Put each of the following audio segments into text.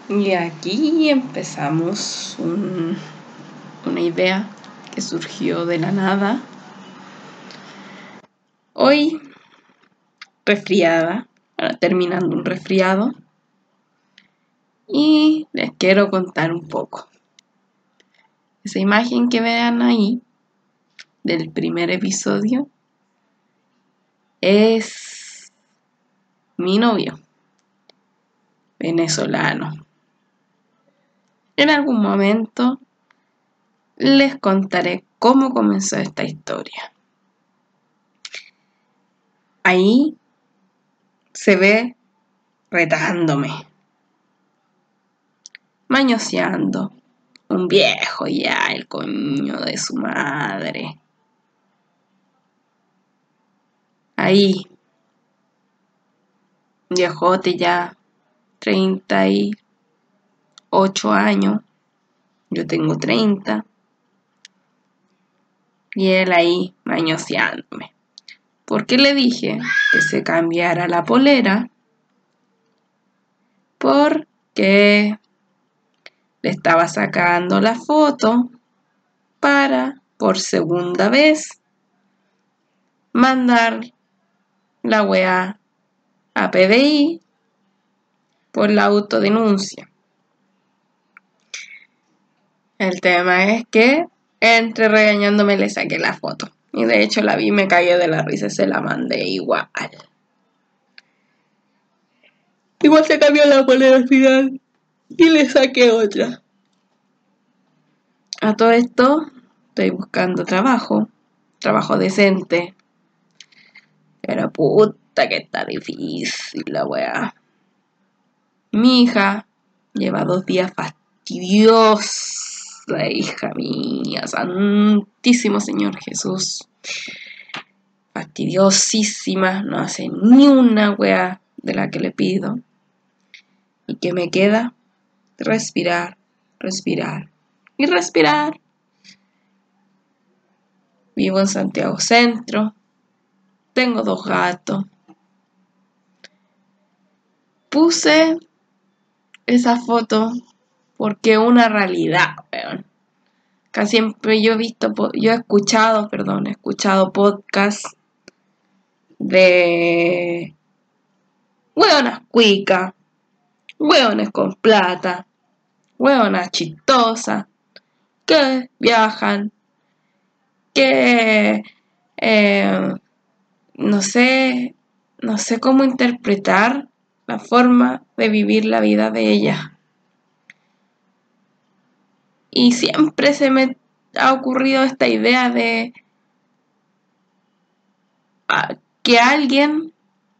Y aquí empezamos una idea que surgió de la nada. Hoy, resfriada, terminando un resfriado, y les quiero contar un poco. Esa imagen que vean ahí del primer episodio es mi novio, venezolano. En algún momento les contaré cómo comenzó esta historia. Ahí se ve retándome, mañoseando, un viejo ya, el coño de su madre. Ahí, viejote ya, 38 años, yo tengo 30, y él ahí mañoseándome. Porque le dije que se cambiara la polera, porque le estaba sacando la foto para, por segunda vez, mandar la weá a PDI por la autodenuncia. El tema es que entre regañándome le saqué la foto. Y de hecho la vi, me caí de la risa y se la mandé igual. Igual se cambió la polera al final y le saqué otra. A todo esto estoy buscando trabajo decente. Pero puta que está difícil la weá. Mi hija lleva 2 días fastidiosa, hija mía, santísimo Señor Jesús. Fastidiosísima, no hace ni una weá de la que le pido. ¿Y qué me queda? Respirar, respirar y respirar. Vivo en Santiago Centro. Tengo 2 gatos. Puse esa foto porque es una realidad, weón. Casi siempre yo he escuchado podcasts de weonas cuicas, weones con plata, weonas chistosas, que viajan, que no sé cómo interpretar la forma de vivir la vida de ellas. Y siempre se me ha ocurrido esta idea de que alguien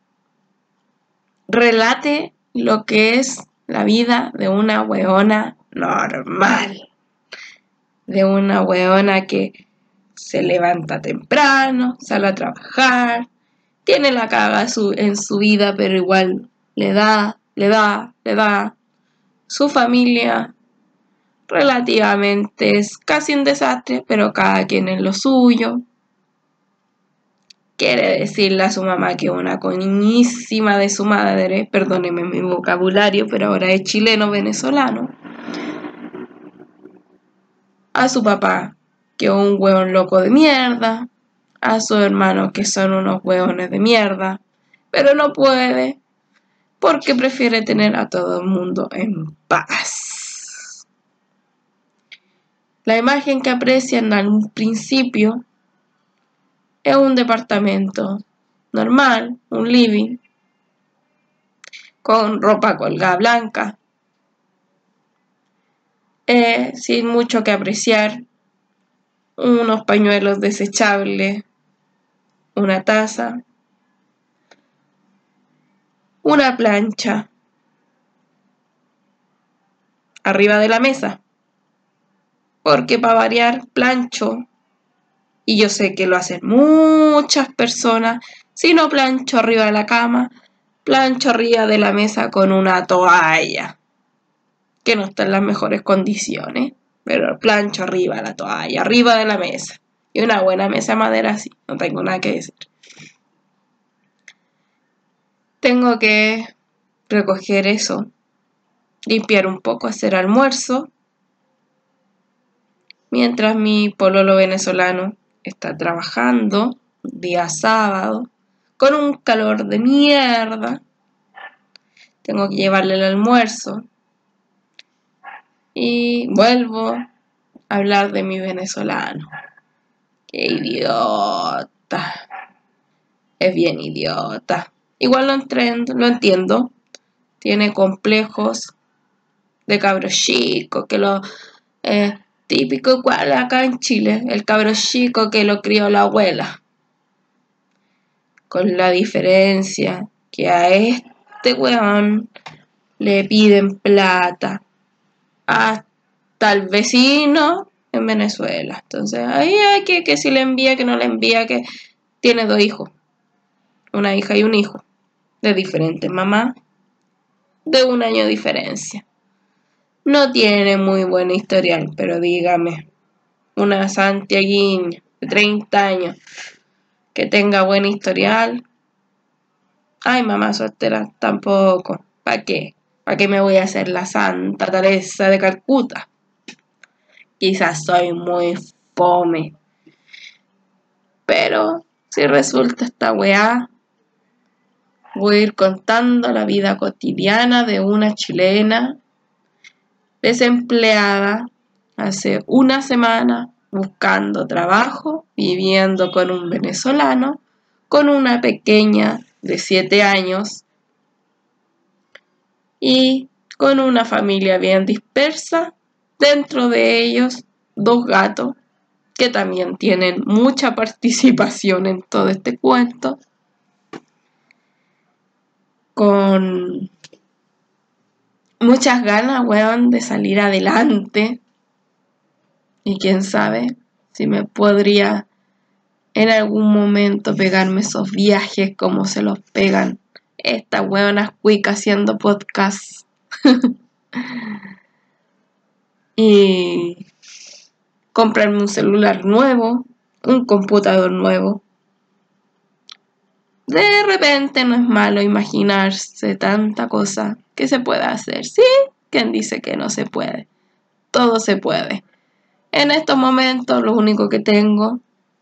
relate lo que es la vida de una weona normal. De una weona que se levanta temprano, sale a trabajar, tiene la caga en su vida, pero igual le da. Su familia relativamente es casi un desastre, pero cada quien es lo suyo. Quiere decirle a su mamá que es una coñísima de su madre, perdóneme mi vocabulario, pero ahora es chileno-venezolano. A su papá, que es un hueón loco de mierda. A sus hermanos, que son unos hueones de mierda. Pero no puede, porque prefiere tener a todo el mundo en paz. La imagen que aprecian al principio es un departamento normal, un living, con ropa colgada blanca, sin mucho que apreciar, unos pañuelos desechables, una taza, una plancha arriba de la mesa, porque para variar plancho, y yo sé que lo hacen muchas personas, si no plancho arriba de la cama, plancho arriba de la mesa con una toalla, que no está en las mejores condiciones, pero plancho arriba de la toalla, arriba de la mesa, y una buena mesa de madera así, no tengo nada que decir. Tengo que recoger eso limpiar un poco, hacer almuerzo, mientras mi pololo venezolano está trabajando día sábado, con un calor de mierda. Tengo que llevarle el almuerzo. Y vuelvo a hablar de mi venezolano. ¡Qué idiota! Es bien idiota. Igual lo entiendo. Tiene complejos de cabro chico, que lo típico igual acá en Chile, el cabro chico que lo crió la abuela. Con la diferencia que a este weón le piden plata hasta el vecino en Venezuela. Entonces ahí hay que si le envía, que no le envía, que tiene 2 hijos, una hija y un hijo, de diferentes mamás, de 1 año de diferencia. No tiene muy buen historial, pero dígame, una santiaguiña de 30 años que tenga buen historial. Ay, mamá soltera, tampoco. ¿Para qué? ¿Para qué me voy a hacer la Santa Teresa de Calcuta? Quizás soy muy fome. Pero si resulta esta weá, voy a ir contando la vida cotidiana de una chilena desempleada hace 1 semana, buscando trabajo, viviendo con un venezolano, con una pequeña de 7 años y con una familia bien dispersa, dentro de ellos 2 gatos que también tienen mucha participación en todo este cuento, con muchas ganas, weón, de salir adelante. Y quién sabe si me podría en algún momento pegarme esos viajes como se los pegan estas weonas cuicas haciendo podcasts. Y comprarme un celular nuevo, un computador nuevo. De repente no es malo imaginarse tanta cosa que se puede hacer. ¿Sí? ¿Quién dice que no se puede? Todo se puede. En estos momentos lo único que tengo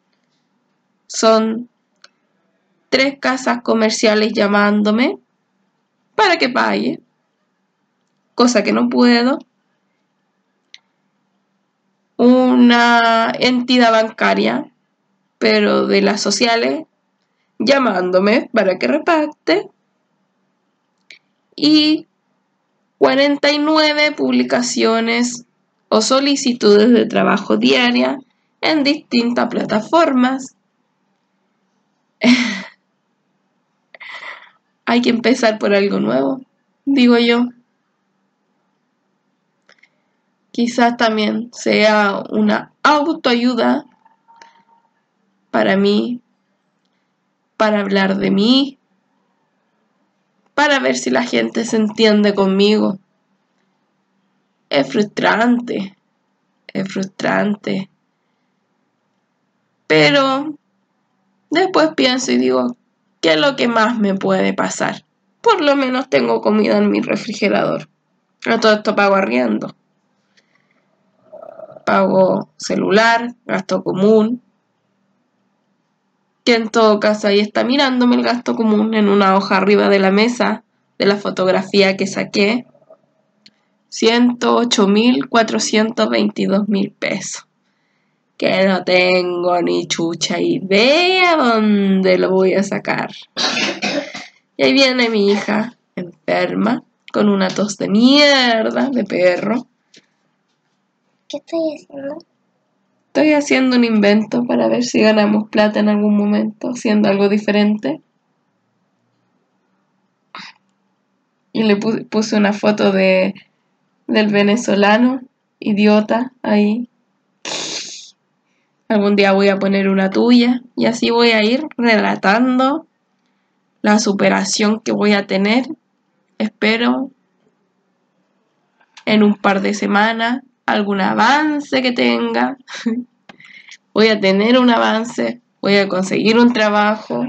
son 3 casas comerciales llamándome para que pague, cosa que no puedo. Una entidad bancaria, pero de las sociales, llamándome para que repacte. Y 49 publicaciones o solicitudes de trabajo diaria en distintas plataformas. Hay que empezar por algo nuevo, digo yo. Quizás también sea una autoayuda para mí, para hablar de mí, para ver si la gente se entiende conmigo. Es frustrante, pero después pienso y digo, ¿qué es lo que más me puede pasar? Por lo menos tengo comida en mi refrigerador. A todo esto pago arriendo, pago celular, gasto común, que en todo caso ahí está mirándome el gasto común en una hoja arriba de la mesa de la fotografía que saqué. 108.422.000 pesos. Que no tengo ni chucha idea dónde lo voy a sacar. Y ahí viene mi hija, enferma, con una tos de mierda, de perro. ¿Qué estoy haciendo? Estoy haciendo un invento para ver si ganamos plata en algún momento, haciendo algo diferente. Y le puse una foto del venezolano, idiota, ahí. Algún día voy a poner una tuya y así voy a ir relatando la superación que voy a tener, espero, en un par de semanas, algún avance que tenga. Voy a tener un avance, voy a conseguir un trabajo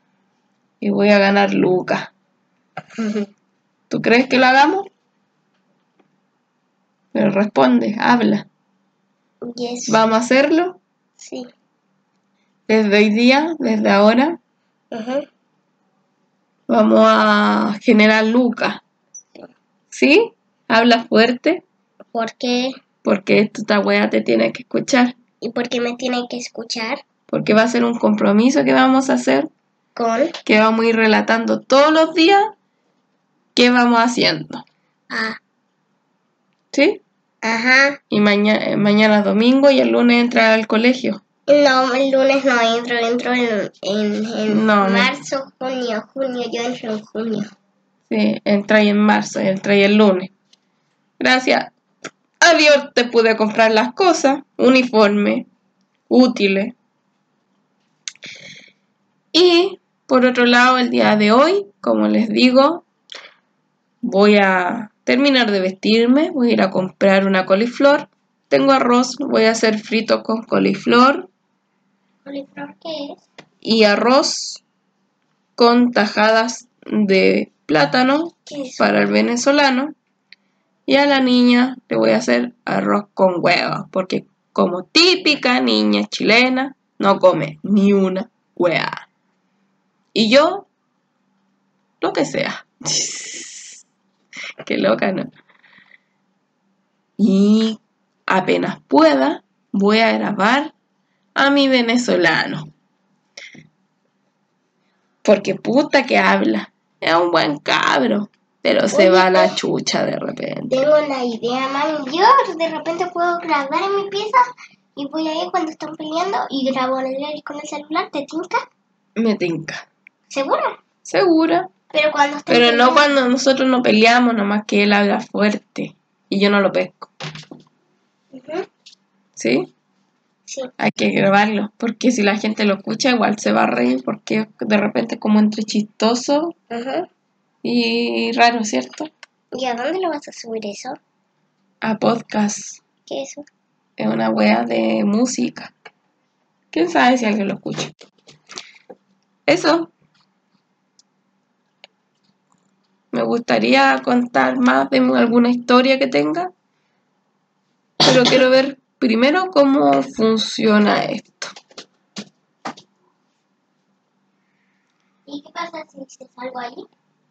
y voy a ganar lucas. ¿Tú crees que lo hagamos? Pero responde, habla. Yes. ¿Vamos a hacerlo? Sí. Desde hoy día, desde ahora, Ajá. vamos a generar lucas. ¿Sí? Habla fuerte, ¿Por qué? porque esta weá te tiene que escuchar. ¿Y por qué me tienen que escuchar? Porque va a ser un compromiso que vamos a hacer, Con. que vamos a ir relatando todos los días qué vamos haciendo. Ah. ¿Sí? Ajá. Y mañana es domingo y el lunes entra al colegio. No, el lunes no entro en No, marzo, junio, yo entro en junio. Sí, entra ahí en marzo, entra ahí el lunes. Gracias a Dios te pude comprar las cosas, uniforme, útiles. Y por otro lado, el día de hoy, como les digo, voy a terminar de vestirme, voy a ir a comprar una coliflor. Tengo arroz, voy a hacer fritos con coliflor ¿Coliflor qué es? y arroz con tajadas de plátano ¿Qué es? para el venezolano. Y a la niña le voy a hacer arroz con huevo, porque como típica niña chilena, no come ni una hueá. Y yo, lo que sea. Qué loca, ¿no? Y apenas pueda, voy a grabar a mi venezolano. Porque puta que habla. Es un buen cabro. Pero se va a la chucha de repente. Tengo una idea, mami. Yo de repente puedo grabar en mi pieza y voy ahí cuando están peleando y grabo con el celular. ¿Te tinca? Me tinca. ¿Segura? Segura. Pero cuando estén Pero no peleando. cuando nosotros no peleamos, nomás que él habla fuerte y yo no lo pesco. ¿Sí? Sí. Hay que grabarlo, porque si la gente lo escucha igual se va a reír, porque de repente es como entre chistoso y raro, ¿cierto? ¿Y a dónde lo vas a subir eso? A podcast. ¿Qué es eso? Es una wea de música. ¿Quién sabe si alguien lo escucha? Eso. Me gustaría contar más de alguna historia que tenga, pero quiero ver primero cómo funciona esto. ¿Y qué pasa si se salgo allí?